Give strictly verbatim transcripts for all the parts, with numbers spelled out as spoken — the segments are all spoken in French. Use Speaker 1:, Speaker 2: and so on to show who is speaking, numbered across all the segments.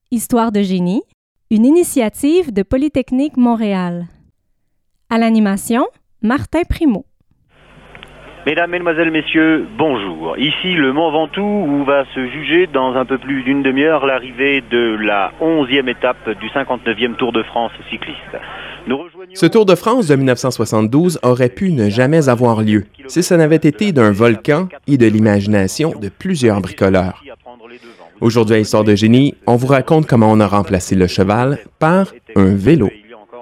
Speaker 1: Histoire de génie, une initiative de Polytechnique Montréal. À l'animation, Martin Primeau.
Speaker 2: Mesdames, Mesdemoiselles, Messieurs, bonjour. Ici le Mont Ventoux où va se juger dans un peu plus d'une demi-heure l'arrivée de la onzième étape du cinquante-neuvième Tour de France cycliste. Nous rejoignons...
Speaker 3: Ce Tour de France de dix-neuf cent soixante-douze aurait pu ne jamais avoir lieu si ça n'avait été d'un volcan et de l'imagination de plusieurs bricoleurs. Aujourd'hui à Histoire de génie, on vous raconte comment on a remplacé le cheval par un vélo.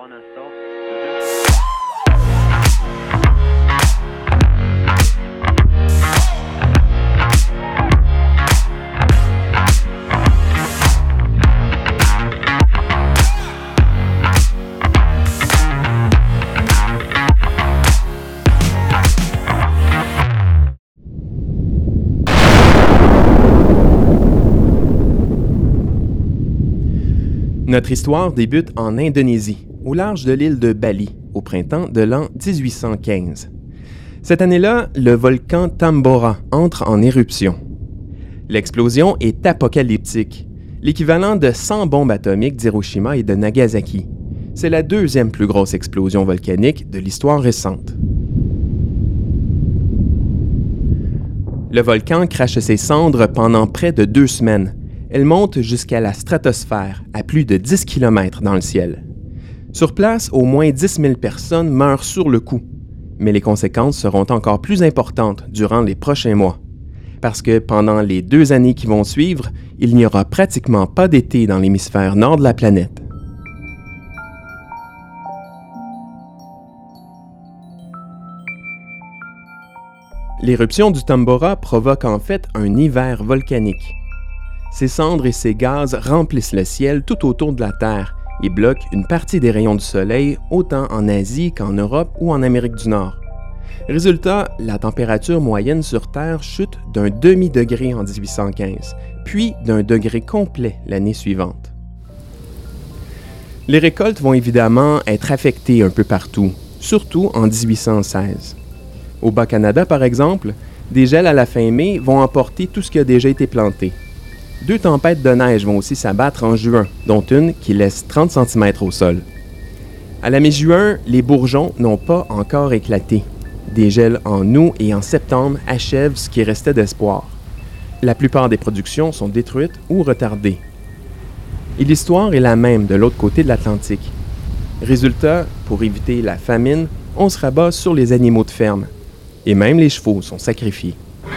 Speaker 3: Notre histoire débute en Indonésie, au large de l'île de Bali, au printemps de l'an dix-huit cent quinze. Cette année-là, le volcan Tambora entre en éruption. L'explosion est apocalyptique, l'équivalent de cent bombes atomiques d'Hiroshima et de Nagasaki. C'est la deuxième plus grosse explosion volcanique de l'histoire récente. Le volcan crache ses cendres pendant près de deux semaines. Elle monte jusqu'à la stratosphère, à plus de dix kilomètres dans le ciel. Sur place, au moins dix mille personnes meurent sur le coup. Mais les conséquences seront encore plus importantes durant les prochains mois. Parce que pendant les deux années qui vont suivre, il n'y aura pratiquement pas d'été dans l'hémisphère nord de la planète. L'éruption du Tambora provoque en fait un hiver volcanique. Ses cendres et ses gaz remplissent le ciel tout autour de la Terre et bloquent une partie des rayons du Soleil autant en Asie qu'en Europe ou en Amérique du Nord. Résultat, la température moyenne sur Terre chute d'un demi-degré en dix-huit cent quinze, puis d'un degré complet l'année suivante. Les récoltes vont évidemment être affectées un peu partout, surtout en dix-huit cent seize. Au Bas-Canada, par exemple, des gels à la fin mai vont emporter tout ce qui a déjà été planté. Deux tempêtes de neige vont aussi s'abattre en juin, dont une qui laisse trente centimètres au sol. À la mi-juin, les bourgeons n'ont pas encore éclaté. Des gels en août et en septembre achèvent ce qui restait d'espoir. La plupart des productions sont détruites ou retardées. Et l'histoire est la même de l'autre côté de l'Atlantique. Résultat, pour éviter la famine, on se rabat sur les animaux de ferme. Et même les chevaux sont sacrifiés.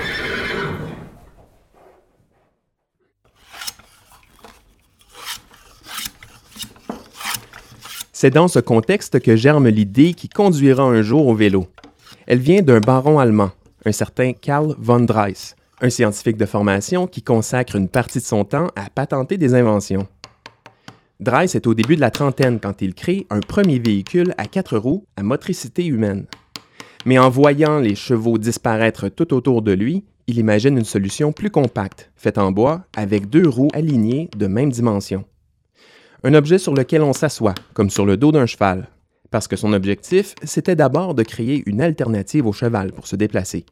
Speaker 3: C'est dans ce contexte que germe l'idée qui conduira un jour au vélo. Elle vient d'un baron allemand, un certain Karl von Drais, un scientifique de formation qui consacre une partie de son temps à patenter des inventions. Drais est au début de la trentaine quand il crée un premier véhicule à quatre roues à motricité humaine. Mais en voyant les chevaux disparaître tout autour de lui, il imagine une solution plus compacte, faite en bois, avec deux roues alignées de même dimension. Un objet sur lequel on s'assoit, comme sur le dos d'un cheval, parce que son objectif, c'était d'abord de créer une alternative au cheval pour se déplacer.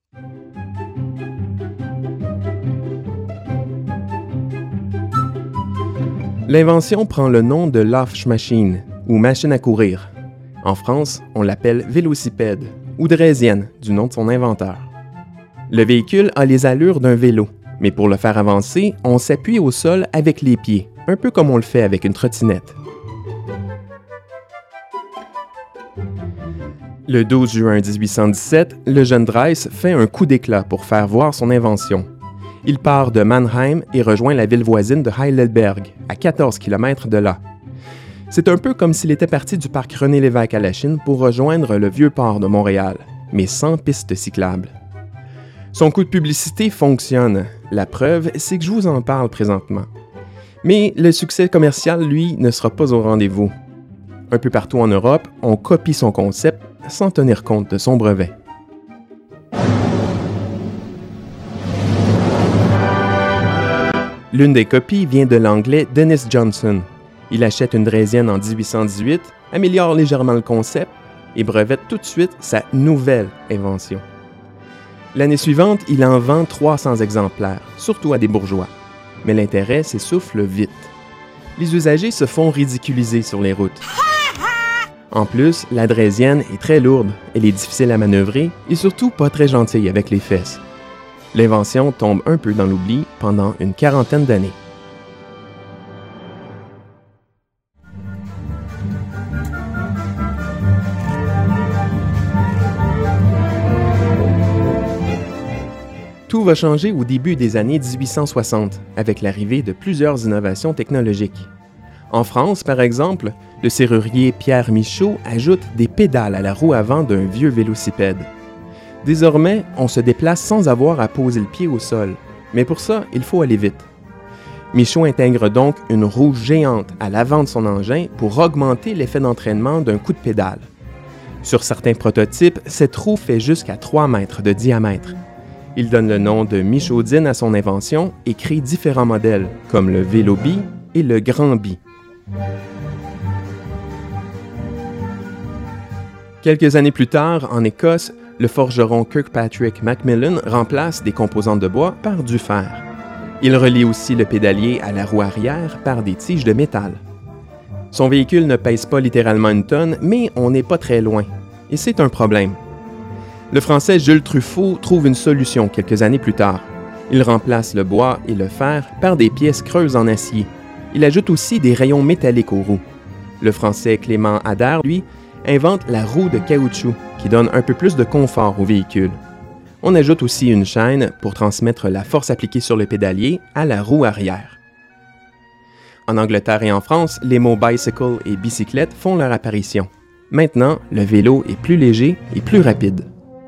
Speaker 3: L'invention prend le nom de Laufmaschine, ou machine à courir. En France, on l'appelle vélocipède, ou draisienne, du nom de son inventeur. Le véhicule a les allures d'un vélo, mais pour le faire avancer, on s'appuie au sol avec les pieds, un peu comme on le fait avec une trottinette. Le douze juin dix-huit cent dix-sept, le jeune Drais fait un coup d'éclat pour faire voir son invention. Il part de Mannheim et rejoint la ville voisine de Heidelberg, à quatorze kilomètres de là. C'est un peu comme s'il était parti du parc René-Lévesque à la Chine pour rejoindre le vieux port de Montréal, mais sans piste cyclable. Son coup de publicité fonctionne. La preuve, c'est que je vous en parle présentement. Mais le succès commercial, lui, ne sera pas au rendez-vous. Un peu partout en Europe, on copie son concept sans tenir compte de son brevet. L'une des copies vient de l'anglais Dennis Johnson. Il achète une draisienne en dix-huit cent dix-huit, améliore légèrement le concept et brevette tout de suite sa nouvelle invention. L'année suivante, il en vend trois cents exemplaires, surtout à des bourgeois. Mais l'intérêt s'essouffle vite, les usagers se font ridiculiser sur les routes. En plus, la draisienne est très lourde, elle est difficile à manœuvrer et surtout pas très gentille avec les fesses. L'invention tombe un peu dans l'oubli pendant une quarantaine d'années. Tout va changer au début des années dix-huit cent soixante, avec l'arrivée de plusieurs innovations technologiques. En France, par exemple, le serrurier Pierre Michaud ajoute des pédales à la roue avant d'un vieux vélocipède. Désormais, on se déplace sans avoir à poser le pied au sol, mais pour ça, il faut aller vite. Michaud intègre donc une roue géante à l'avant de son engin pour augmenter l'effet d'entraînement d'un coup de pédale. Sur certains prototypes, cette roue fait jusqu'à trois mètres de diamètre. Il donne le nom de Michaudine à son invention et crée différents modèles, comme le Vélo-Bi et le Grand-Bi. Quelques années plus tard, en Écosse, le forgeron Kirkpatrick Macmillan remplace des composantes de bois par du fer. Il relie aussi le pédalier à la roue arrière par des tiges de métal. Son véhicule ne pèse pas littéralement une tonne, mais on n'est pas très loin. Et c'est un problème. Le Français Jules Truffaut trouve une solution quelques années plus tard. Il remplace le bois et le fer par des pièces creuses en acier. Il ajoute aussi des rayons métalliques aux roues. Le Français Clément Ader, lui, invente la roue de caoutchouc qui donne un peu plus de confort au véhicule. On ajoute aussi une chaîne pour transmettre la force appliquée sur le pédalier à la roue arrière. En Angleterre et en France, les mots bicycle et bicyclette font leur apparition. Maintenant, le vélo est plus léger et plus rapide.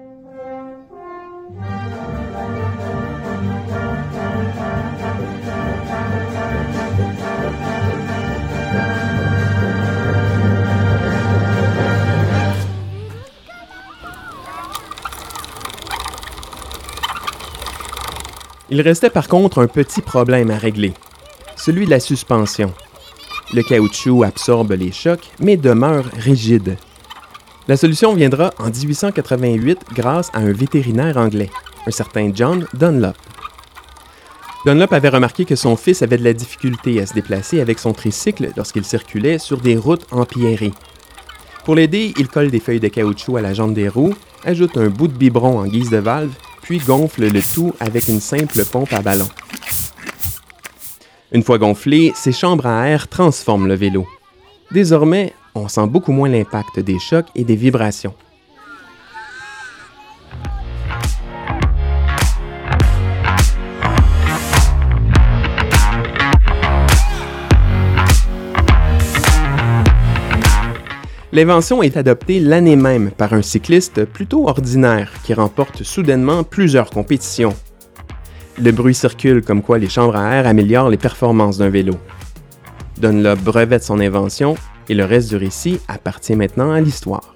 Speaker 3: Il restait par contre un petit problème à régler, celui de la suspension. Le caoutchouc absorbe les chocs, mais demeure rigide. La solution viendra en dix-huit cent quatre-vingt-huit grâce à un vétérinaire anglais, un certain John Dunlop. Dunlop avait remarqué que son fils avait de la difficulté à se déplacer avec son tricycle lorsqu'il circulait sur des routes empierrées. Pour l'aider, il colle des feuilles de caoutchouc à la jambe des roues, ajoute un bout de biberon en guise de valve, puis gonfle le tout avec une simple pompe à ballon. Une fois gonflé, ces chambres à air transforment le vélo. Désormais, on sent beaucoup moins l'impact des chocs et des vibrations. L'invention est adoptée l'année même par un cycliste plutôt ordinaire qui remporte soudainement plusieurs compétitions. Le bruit circule comme quoi les chambres à air améliorent les performances d'un vélo. Dunlop brevette son invention et le reste du récit appartient maintenant à l'histoire.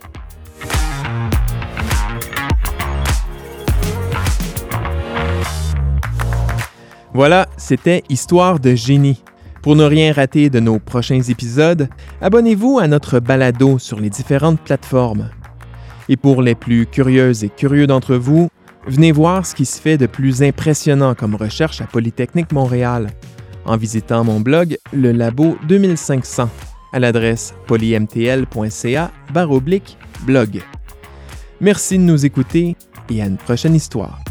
Speaker 3: Voilà, c'était Histoire de génie. Pour ne rien rater de nos prochains épisodes, abonnez-vous à notre balado sur les différentes plateformes. Et pour les plus curieuses et curieux d'entre vous, venez voir ce qui se fait de plus impressionnant comme recherche à Polytechnique Montréal en visitant mon blog Le Labo deux mille cinq cents à l'adresse polymtl.ca barre oblique blog. Merci de nous écouter et à une prochaine histoire.